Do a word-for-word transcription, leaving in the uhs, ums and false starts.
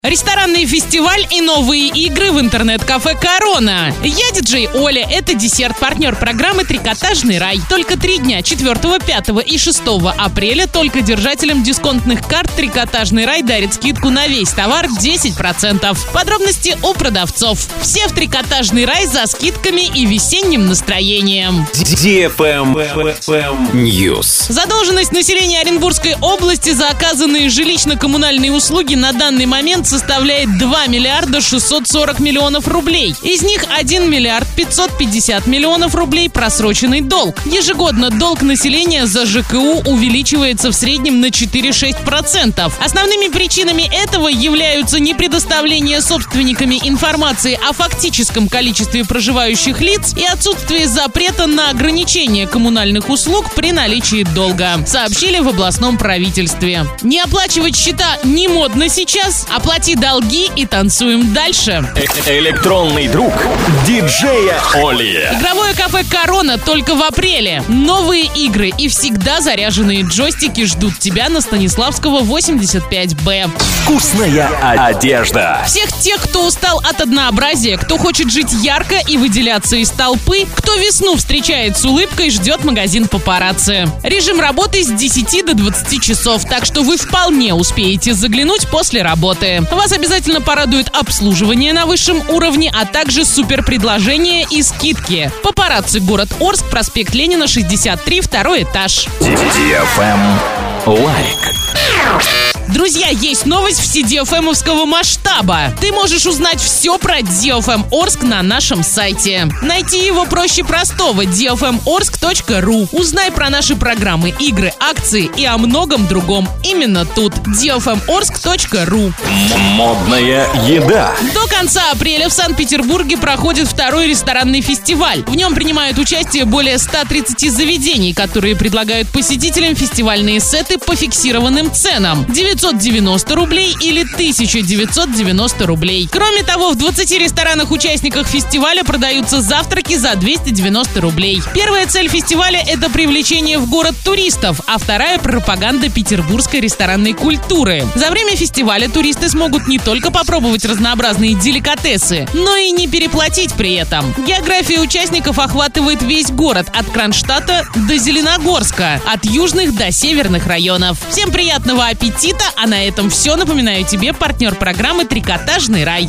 Ресторанный фестиваль и новые игры в интернет-кафе «Корона». Я диджей Оля, это десерт-партнер программы «Трикотажный рай». Только три дня, четвёртого, пятого и шестого апреля, только держателям дисконтных карт «Трикотажный рай» дарит скидку на весь товар десять процентов. Подробности у продавцов. Все в «Трикотажный рай» за скидками и весенним настроением. ди эф эм News. Задолженность населения Оренбургской области за оказанные жилищно-коммунальные услуги на данный момент составляет два миллиарда шестьсот сорок миллионов рублей. Из них один миллиард пятьсот пятьдесят миллионов рублей просроченный долг. Ежегодно долг населения за ЖКУ увеличивается в среднем на четыре-шесть процентов. Основными причинами этого являются непредоставление собственниками информации о фактическом количестве проживающих лиц и отсутствие запрета на ограничение коммунальных услуг при наличии долга, сообщили в областном правительстве. Не оплачивать счета не модно сейчас, оплати долги и танцуем дальше. Электронный друг диджея Оли. Игровое кафе «Корона» только в апреле. Новые игры и всегда заряженные джойстики ждут тебя на Станиславского восемьдесят пять бэ. Вкусная одежда. Всех тех, кто устал от однообразия, кто хочет жить ярко и выделяться из толпы, кто весну встречает с улыбкой, ждет магазин «Папарацци». Режим работы с десяти до двадцати часов, так что вы вполне успеете заглянуть после работы. Вас обязательно порадует обслуживание на высшем уровне, а также суперпредложения и скидки. «Папарацци», город Орск, проспект Ленина, шестьдесят три, второй этаж. ди эф эм Лайк. Друзья, есть новость вседиэфэмовского масштаба. Ты можешь узнать все про ди эф эм Орск на нашем сайте. Найти его проще простого – ди эф эм орск точка ру. Узнай про наши программы, игры, акции и о многом другом. Именно тут – ди эф эм орск точка ру. Модная еда. До конца апреля в Санкт-Петербурге проходит второй ресторанный фестиваль. В нем принимают участие более ста тридцати заведений, которые предлагают посетителям фестивальные сеты по фиксированным ценам – девятьсот девяносто рублей или тысяча девятьсот девяносто рублей. Кроме того, в двадцати ресторанах-участниках фестиваля продаются завтраки за двести девяносто рублей. Первая цель фестиваля – это привлечение в город туристов, а вторая – пропаганда петербургской ресторанной культуры. За время фестиваля туристы смогут не только попробовать разнообразные деликатесы, но и не переплатить при этом. География участников охватывает весь город от Кронштадта до Зеленогорска, от южных до северных районов. Всем приятного аппетита! А на этом все. Напоминаю тебе партнер программы «Трикотажный рай».